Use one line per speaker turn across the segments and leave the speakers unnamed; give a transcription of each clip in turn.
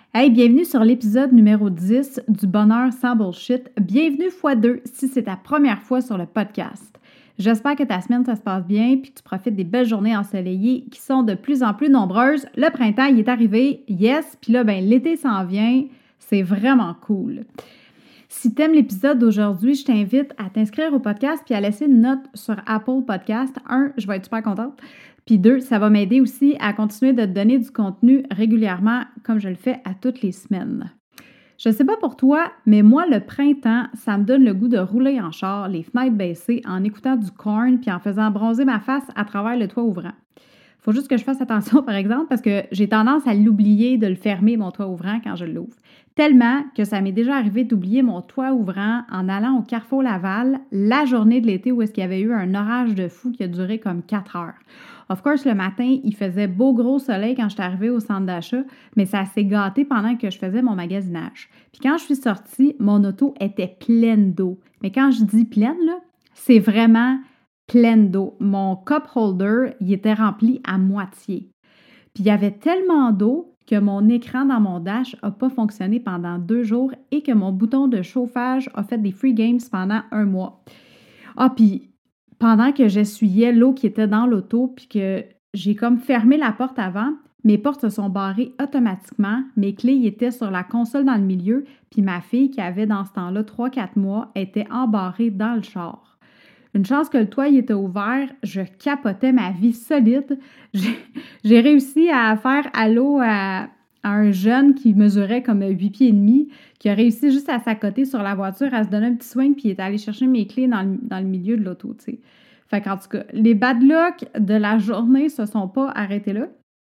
Hey, bienvenue sur l'épisode numéro 10 du Bonheur sans bullshit. Bienvenue x2 si c'est ta première fois sur le podcast. J'espère que ta semaine, ça se passe bien puis que tu profites des belles journées ensoleillées qui sont de plus en plus nombreuses. Le printemps, il est arrivé, yes, puis là, l'été s'en vient. C'est vraiment cool. Si tu aimes l'épisode d'aujourd'hui, je t'invite à t'inscrire au podcast puis à laisser une note sur Apple Podcast. 1, je vais être super contente. Puis 2, ça va m'aider aussi à continuer de te donner du contenu régulièrement comme je le fais à toutes les semaines. Je sais pas pour toi, mais moi, le printemps, ça me donne le goût de rouler en char, les fenêtres baissées, en écoutant du Korn puis en faisant bronzer ma face à travers le toit ouvrant. Faut juste que je fasse attention, par exemple, parce que j'ai tendance à l'oublier de le fermer, mon toit ouvrant, quand je l'ouvre. Tellement que ça m'est déjà arrivé d'oublier mon toit ouvrant en allant au Carrefour Laval la journée de l'été où est-ce qu'il y avait eu un orage de fou qui a duré comme 4 heures. Of course, le matin, il faisait beau gros soleil quand je suis arrivée au centre d'achat, mais ça s'est gâté pendant que je faisais mon magasinage. Puis quand je suis sortie, mon auto était pleine d'eau. Mais quand je dis pleine, là, c'est vraiment pleine d'eau. Mon cup holder, il était rempli à moitié. Puis il y avait tellement d'eau que mon écran dans mon dash n'a pas fonctionné pendant 2 jours et que mon bouton de chauffage a fait des free games pendant 1 mois. Ah, puis pendant que j'essuyais l'eau qui était dans l'auto puis que j'ai comme fermé la porte avant, mes portes se sont barrées automatiquement. Mes clés étaient sur la console dans le milieu puis ma fille qui avait dans ce temps-là 3-4 mois était embarrée dans le char. Une chance que le toit il était ouvert, je capotais ma vie solide. J'ai réussi à faire allô à un jeune qui mesurait comme 8 pieds et demi, qui a réussi juste à s'accoter sur la voiture, à se donner un petit swing, puis il est allé chercher mes clés dans le milieu de l'auto, tu sais. Fait qu'en tout cas, les bad luck de la journée se sont pas arrêtés là.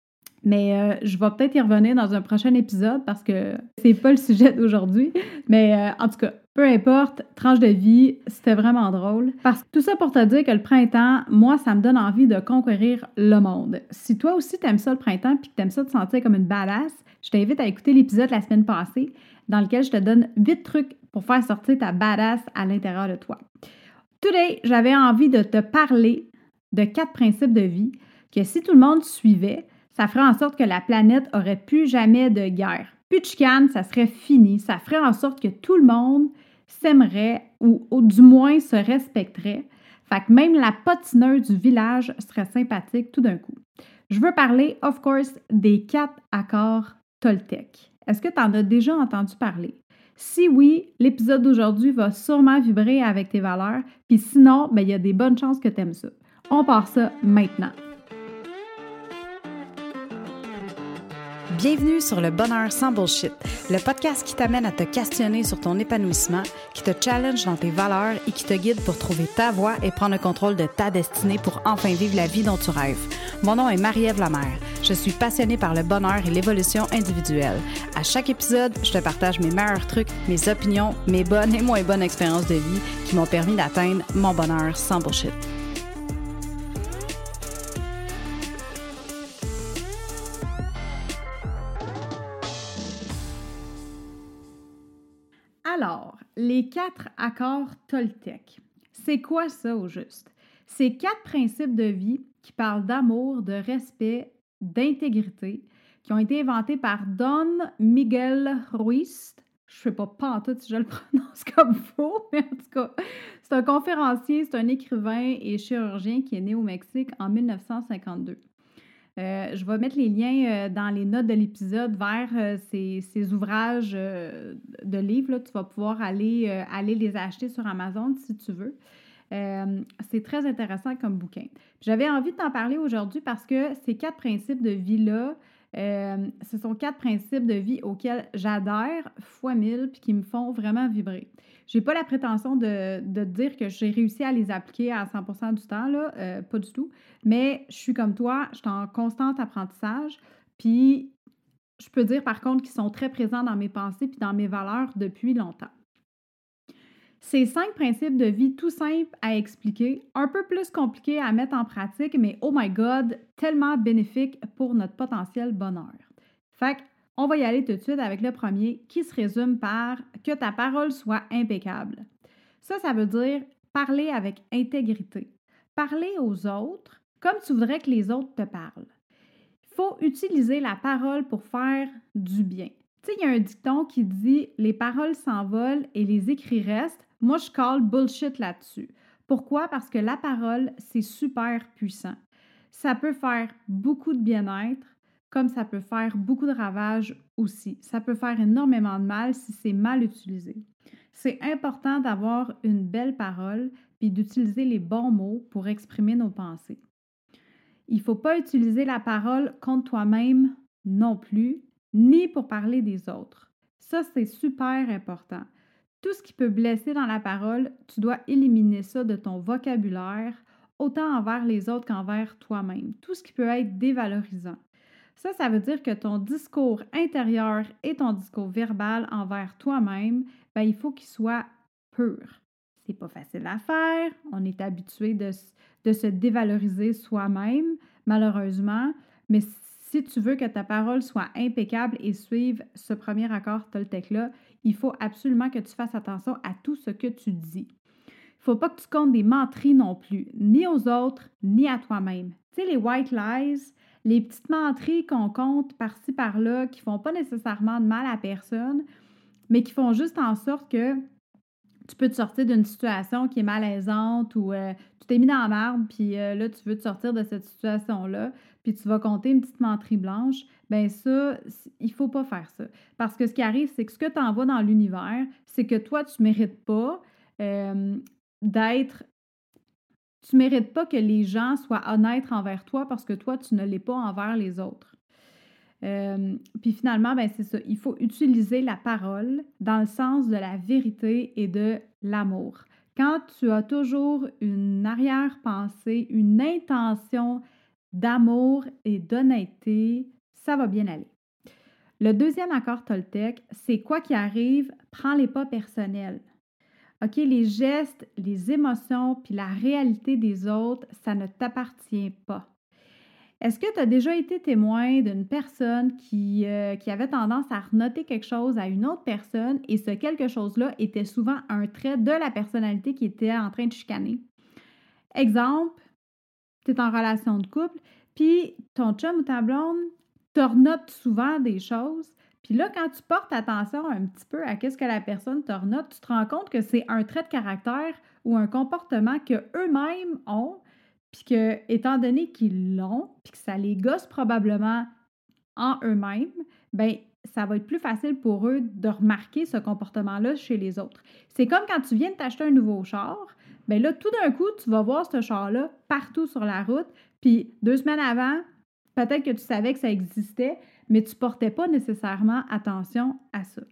Mais je vais peut-être y revenir dans un prochain épisode parce que c'est pas le sujet d'aujourd'hui. Mais en tout cas, peu importe, tranche de vie, c'était vraiment drôle. Parce que tout ça pour te dire que le printemps, moi, ça me donne envie de conquérir le monde. Si toi aussi t'aimes ça le printemps puis que t'aimes ça te sentir comme une badass, je t'invite à écouter l'épisode de la semaine passée dans lequel je te donne 8 trucs pour faire sortir ta badass à l'intérieur de toi. Today, j'avais envie de te parler de 4 principes de vie que si tout le monde suivait, ça ferait en sorte que la planète aurait plus jamais de guerre. Plus de chicane, ça serait fini. Ça ferait en sorte que tout le monde s'aimerait ou du moins se respecterait. Fait que même la potineuse du village serait sympathique tout d'un coup. Je veux parler, of course, des 4 accords Toltec. Est-ce que tu en as déjà entendu parler? Si oui, l'épisode d'aujourd'hui va sûrement vibrer avec tes valeurs, puis sinon, il y a des bonnes chances que tu aimes ça. On part ça maintenant.
Bienvenue sur le Bonheur sans bullshit, le podcast qui t'amène à te questionner sur ton épanouissement, qui te challenge dans tes valeurs et qui te guide pour trouver ta voie et prendre le contrôle de ta destinée pour enfin vivre la vie dont tu rêves. Mon nom est Marie-Ève Lamère. Je suis passionnée par le bonheur et l'évolution individuelle. À chaque épisode, je te partage mes meilleurs trucs, mes opinions, mes bonnes et moins bonnes expériences de vie qui m'ont permis d'atteindre mon bonheur sans bullshit.
Alors, les 4 accords Toltec. C'est quoi ça au juste? C'est 4 principes de vie qui parlent d'amour, de respect, d'intégrité, qui ont été inventés par Don Miguel Ruiz. Je ne sais pas pantoute si je le prononce comme faux, mais en tout cas, c'est un conférencier, c'est un écrivain et chirurgien qui est né au Mexique en 1952. Je vais mettre les liens dans les notes de l'épisode vers ces ouvrages de livres. Là. Tu vas pouvoir aller les acheter sur Amazon si tu veux. C'est très intéressant comme bouquin. J'avais envie de t'en parler aujourd'hui parce que ces 4 principes de vie-là, ce sont 4 principes de vie auxquels j'adhère fois 1000 puis qui me font vraiment vibrer. J'ai pas la prétention de te dire que j'ai réussi à les appliquer à 100% du temps, là, pas du tout. Mais je suis comme toi, je suis en constant apprentissage. Puis je peux dire par contre qu'ils sont très présents dans mes pensées puis dans mes valeurs depuis longtemps. Ces 5 principes de vie tout simples à expliquer, un peu plus compliqués à mettre en pratique, mais oh my God, tellement bénéfiques pour notre potentiel bonheur. Fait qu'on va y aller tout de suite avec le premier qui se résume par que ta parole soit impeccable. Ça veut dire parler avec intégrité. Parler aux autres comme tu voudrais que les autres te parlent. Il faut utiliser la parole pour faire du bien. Tu sais, il y a un dicton qui dit « Les paroles s'envolent et les écrits restent ». Moi, je call bullshit là-dessus. Pourquoi? Parce que la parole, c'est super puissant. Ça peut faire beaucoup de bien-être, comme ça peut faire beaucoup de ravages aussi. Ça peut faire énormément de mal si c'est mal utilisé. C'est important d'avoir une belle parole puis d'utiliser les bons mots pour exprimer nos pensées. Il ne faut pas utiliser la parole contre toi-même non plus, ni pour parler des autres. Ça, c'est super important. Tout ce qui peut blesser dans la parole, tu dois éliminer ça de ton vocabulaire, autant envers les autres qu'envers toi-même. Tout ce qui peut être dévalorisant. Ça veut dire que ton discours intérieur et ton discours verbal envers toi-même, il faut qu'il soit pur. C'est pas facile à faire. On est habitué de se dévaloriser soi-même, malheureusement. Mais si tu veux que ta parole soit impeccable et suive ce premier accord Toltec-là, il faut absolument que tu fasses attention à tout ce que tu dis. Il ne faut pas que tu comptes des menteries non plus, ni aux autres, ni à toi-même. Tu sais, les white lies, les petites menteries qu'on compte par-ci, par-là, qui ne font pas nécessairement de mal à personne, mais qui font juste en sorte que tu peux te sortir d'une situation qui est malaisante ou tu t'es mis dans la merde, puis là, tu veux te sortir de cette situation-là, puis tu vas compter une petite menterie blanche, bien ça, il ne faut pas faire ça. Parce que ce qui arrive, c'est que ce que tu envoies dans l'univers, c'est que toi, tu ne mérites pas d'être... Tu ne mérites pas que les gens soient honnêtes envers toi parce que toi, tu ne l'es pas envers les autres. Puis finalement, c'est ça. Il faut utiliser la parole dans le sens de la vérité et de l'amour. Quand tu as toujours une arrière-pensée, une intention d'amour et d'honnêteté, ça va bien aller. Le deuxième accord Toltec, c'est quoi qui arrive, prends-les pas personnels. OK, les gestes, les émotions, puis la réalité des autres, ça ne t'appartient pas. Est-ce que tu as déjà été témoin d'une personne qui avait tendance à renoter quelque chose à une autre personne et ce quelque chose-là était souvent un trait de la personnalité qui était en train de chicaner? Exemple, tu es en relation de couple, puis ton chum ou ta blonde te renote souvent des choses. Puis là, quand tu portes attention un petit peu à ce que la personne te renote, tu te rends compte que c'est un trait de caractère ou un comportement qu'eux-mêmes ont, puis que, étant donné qu'ils l'ont, puis que ça les gosse probablement en eux-mêmes, ça va être plus facile pour eux de remarquer ce comportement-là chez les autres. C'est comme quand tu viens de t'acheter un nouveau char, là, tout d'un coup, tu vas voir ce char-là partout sur la route, puis 2 semaines avant, peut-être que tu savais que ça existait, mais tu ne portais pas nécessairement attention à ça.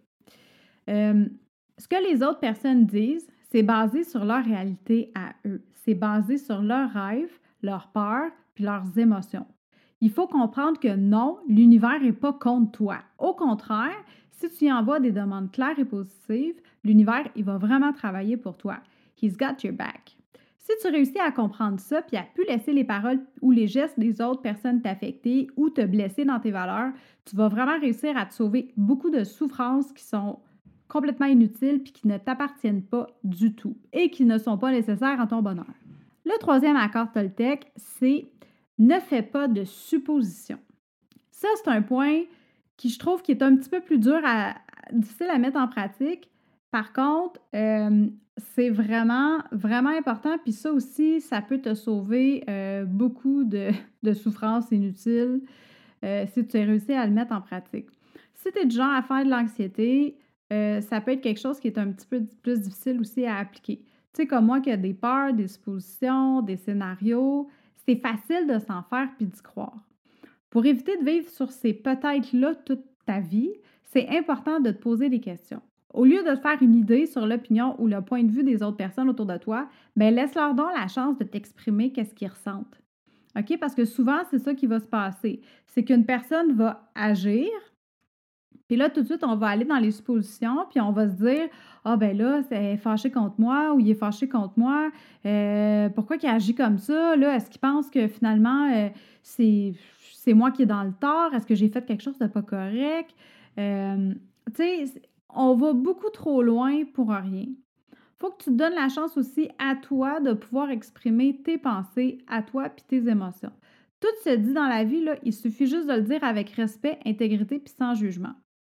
Ce que les autres personnes disent, c'est basé sur leur réalité à eux. C'est basé sur leurs rêves, leurs peurs, puis leurs émotions. Il faut comprendre que non, l'univers n'est pas contre toi. Au contraire, si tu y envoies des demandes claires et positives, l'univers, il va vraiment travailler pour toi. He's got your back. Si tu réussis à comprendre ça, puis à plus laisser les paroles ou les gestes des autres personnes t'affecter ou te blesser dans tes valeurs, tu vas vraiment réussir à te sauver beaucoup de souffrances qui sont complètement inutiles puis qui ne t'appartiennent pas du tout et qui ne sont pas nécessaires à ton bonheur. Le troisième accord Toltec, c'est « ne fais pas de suppositions ». Ça, c'est un point qui, je trouve, qui est un petit peu plus difficile à mettre en pratique. Par contre, c'est vraiment, vraiment important. Puis ça aussi, ça peut te sauver beaucoup de souffrances inutiles si tu as réussi à le mettre en pratique. Si tu es du genre à faire de l'anxiété, ça peut être quelque chose qui est un petit peu plus difficile aussi à appliquer. Tu sais, comme moi qui a des peurs, des suppositions, des scénarios, c'est facile de s'en faire puis d'y croire. Pour éviter de vivre sur ces peut-être-là toute ta vie, c'est important de te poser des questions. Au lieu de te faire une idée sur l'opinion ou le point de vue des autres personnes autour de toi, laisse-leur donc la chance de t'exprimer qu'est-ce qu'ils ressentent. OK? Parce que souvent, c'est ça qui va se passer. C'est qu'une personne va agir, puis là, tout de suite, on va aller dans les suppositions, puis on va se dire « Ah, là, c'est fâché contre moi ou il est fâché contre moi. Pourquoi il agit comme ça? Là, est-ce qu'il pense que finalement, c'est moi qui est dans le tort? Est-ce que j'ai fait quelque chose de pas correct? » Tu sais, on va beaucoup trop loin pour rien. Il faut que tu te donnes la chance aussi à toi de pouvoir exprimer tes pensées à toi puis tes émotions. Tout se dit dans la vie, là, il suffit juste de le dire avec respect, intégrité puis sans jugement.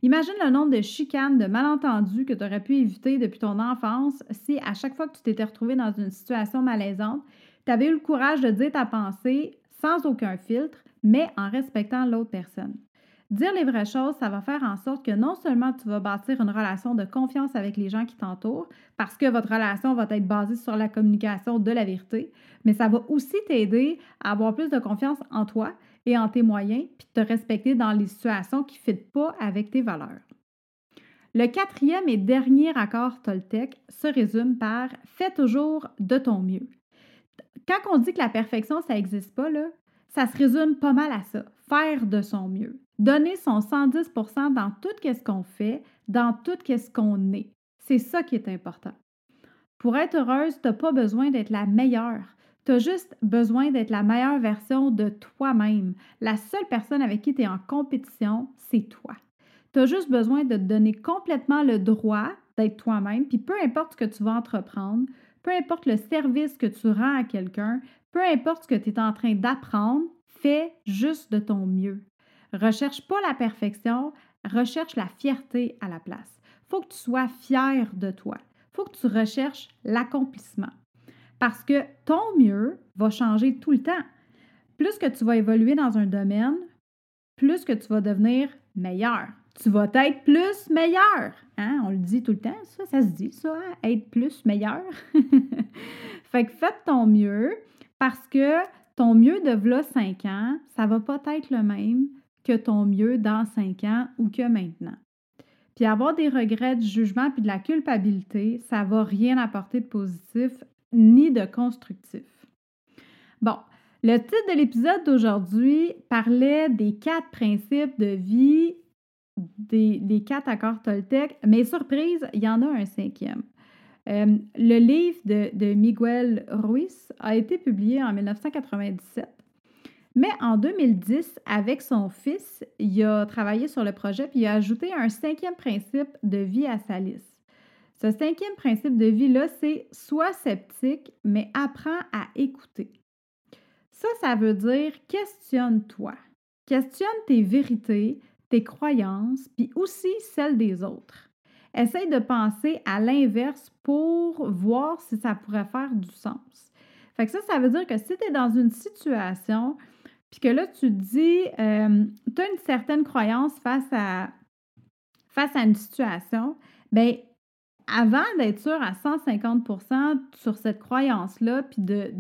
Imagine le nombre de chicanes, de malentendus que tu aurais pu éviter depuis ton enfance si à chaque fois que tu t'étais retrouvé dans une situation malaisante, tu avais eu le courage de dire ta pensée sans aucun filtre, mais en respectant l'autre personne. Dire les vraies choses, ça va faire en sorte que non seulement tu vas bâtir une relation de confiance avec les gens qui t'entourent, parce que votre relation va être basée sur la communication de la vérité, mais ça va aussi t'aider à avoir plus de confiance en toi et en tes moyens, puis te respecter dans les situations qui ne fitent pas avec tes valeurs. Le 4e et dernier accord Toltec se résume par « fais toujours de ton mieux ». Quand on dit que la perfection, ça n'existe pas, là, ça se résume pas mal à ça. Faire de son mieux. Donner son 110% dans tout ce qu'on fait, dans tout ce qu'on est. C'est ça qui est important. Pour être heureuse, tu n'as pas besoin d'être la meilleure. Tu as juste besoin d'être la meilleure version de toi-même. La seule personne avec qui tu es en compétition, c'est toi. Tu as juste besoin de te donner complètement le droit d'être toi-même, puis peu importe ce que tu vas entreprendre, peu importe le service que tu rends à quelqu'un, peu importe ce que tu es en train d'apprendre, fais juste de ton mieux. Recherche pas la perfection, recherche la fierté à la place. Il faut que tu sois fier de toi. Il faut que tu recherches l'accomplissement. Parce que ton mieux va changer tout le temps. Plus que tu vas évoluer dans un domaine, plus que tu vas devenir meilleur. Tu vas être plus meilleur. Hein? On le dit tout le temps, ça se dit, ça, hein? Être plus meilleur. Fait que fais de ton mieux parce que ton mieux de v'là 5 ans, ça va pas être le même que ton mieux dans 5 ans ou que maintenant. Puis avoir des regrets, du jugement puis de la culpabilité, ça ne va rien apporter de positif ni de constructif. Bon, le titre de l'épisode d'aujourd'hui parlait des 4 principes de vie, des 4 accords Toltec, mais surprise, il y en a un 5e. Le livre de Miguel Ruiz a été publié en 1997. Mais en 2010, avec son fils, il a travaillé sur le projet puis il a ajouté un 5e principe de vie à sa liste. Ce 5e principe de vie-là, c'est « sois sceptique, mais apprends à écouter ». Ça veut dire « questionne-toi ». Questionne tes vérités, tes croyances, puis aussi celles des autres. Essaye de penser à l'inverse pour voir si ça pourrait faire du sens. Fait que ça veut dire que si tu es dans une situation, puis que là, tu te dis, tu as une certaine croyance face à une situation, bien, avant d'être sûr à 150% sur cette croyance-là, puis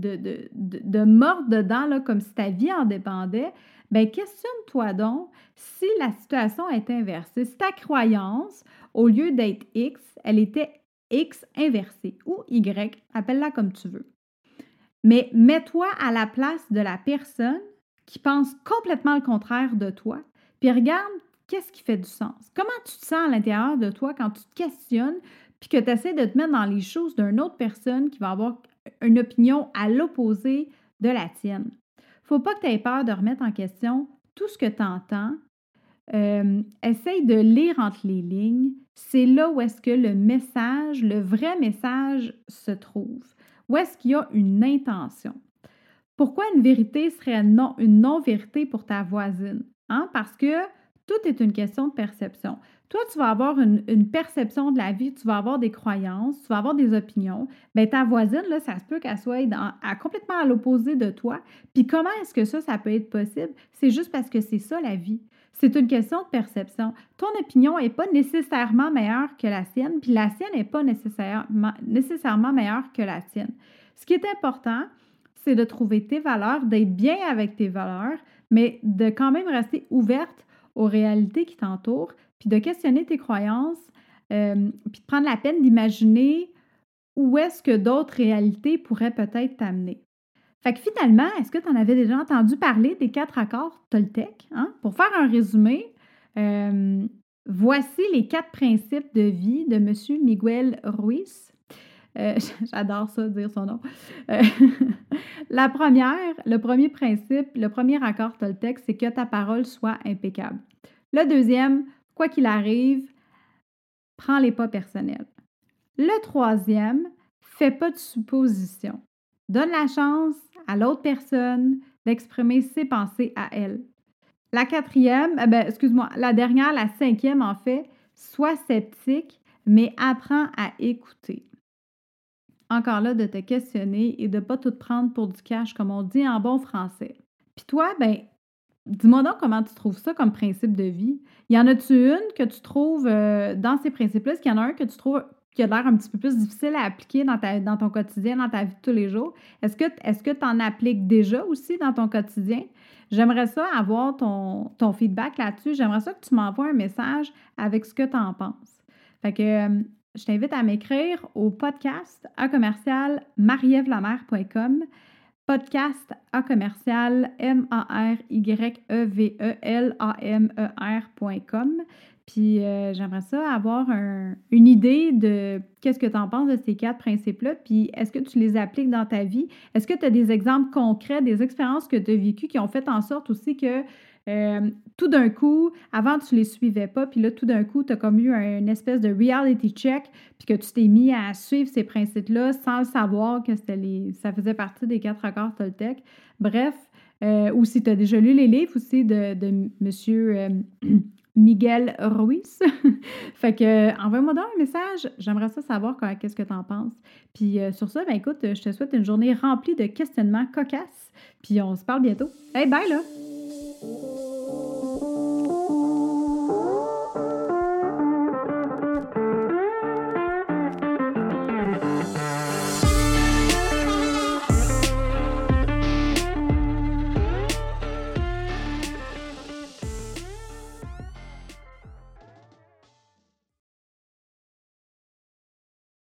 de mordre dedans, là, comme si ta vie en dépendait, bien, questionne-toi donc si la situation est inversée. Si ta croyance, au lieu d'être X, elle était X inversée ou Y, appelle-la comme tu veux. Mais mets-toi à la place de la personne qui pense complètement le contraire de toi, puis regarde qu'est-ce qui fait du sens. Comment tu te sens à l'intérieur de toi quand tu te questionnes, puis que tu essaies de te mettre dans les choses d'une autre personne qui va avoir une opinion à l'opposé de la tienne. Faut pas que tu aies peur de remettre en question tout ce que tu entends. Essaye de lire entre les lignes. C'est là où est-ce que le message, le vrai message se trouve. Où est-ce qu'il y a une intention? Pourquoi une vérité serait une non-vérité pour ta voisine? Hein? Parce que tout est une question de perception. Toi, tu vas avoir une perception de la vie, tu vas avoir des croyances, tu vas avoir des opinions. Bien, ta voisine, là, ça se peut qu'elle soit complètement à l'opposé de toi. Puis comment est-ce que ça peut être possible? C'est juste parce que c'est ça la vie. C'est une question de perception. Ton opinion n'est pas nécessairement meilleure que la sienne, puis la sienne n'est pas nécessairement meilleure que la tienne. Ce qui est important, c'est de trouver tes valeurs, d'être bien avec tes valeurs, mais de quand même rester ouverte aux réalités qui t'entourent, puis de questionner tes croyances, puis de prendre la peine d'imaginer où est-ce que d'autres réalités pourraient peut-être t'amener. Fait que finalement, est-ce que tu en avais déjà entendu parler des 4 accords Toltec? Hein? Pour faire un résumé, voici les 4 principes de vie de M. Miguel Ruiz. J'adore ça, dire son nom. Le premier principe, le premier accord Toltec, c'est que ta parole soit impeccable. Le deuxième, quoi qu'il arrive, prends les pas personnels. Le troisième, fais pas de suppositions. Donne la chance à l'autre personne d'exprimer ses pensées à elle. La quatrième, la dernière, la cinquième en fait, sois sceptique, mais apprends à écouter. Encore là, de te questionner et de ne pas tout prendre pour du cash, comme on dit en bon français. Puis toi, dis-moi donc comment tu trouves ça comme principe de vie. Y en a-tu une que tu trouves dans ces principes-là? Est-ce qu'il y en a un que tu trouves qui a l'air un petit peu plus difficile à appliquer dans ton quotidien, dans ta vie de tous les jours? Est-ce que tu en appliques déjà aussi dans ton quotidien? J'aimerais ça avoir ton feedback là-dessus. J'aimerais ça que tu m'envoies un message avec ce que tu en penses. Fait que je t'invite à m'écrire au podcast @marievlamer.com, podcast @maryevelamer.com. Puis j'aimerais ça avoir une idée de qu'est-ce que tu en penses de ces 4 principes-là, puis est-ce que tu les appliques dans ta vie? Est-ce que tu as des exemples concrets, des expériences que tu as vécues qui ont fait en sorte aussi que tout d'un coup, avant tu les suivais pas, puis là tout d'un coup, tu as comme eu une espèce de reality check, puis que tu t'es mis à suivre ces principes-là sans le savoir que ça faisait partie des 4 accords Toltec. Bref, ou si tu as déjà lu les livres aussi de monsieur Miguel Ruiz. Fait que envoie-moi donc un message. J'aimerais ça savoir qu'est-ce que tu en penses. Puis sur ça, écoute, je te souhaite une journée remplie de questionnements cocasses. Puis on se parle bientôt. Hey, bye là!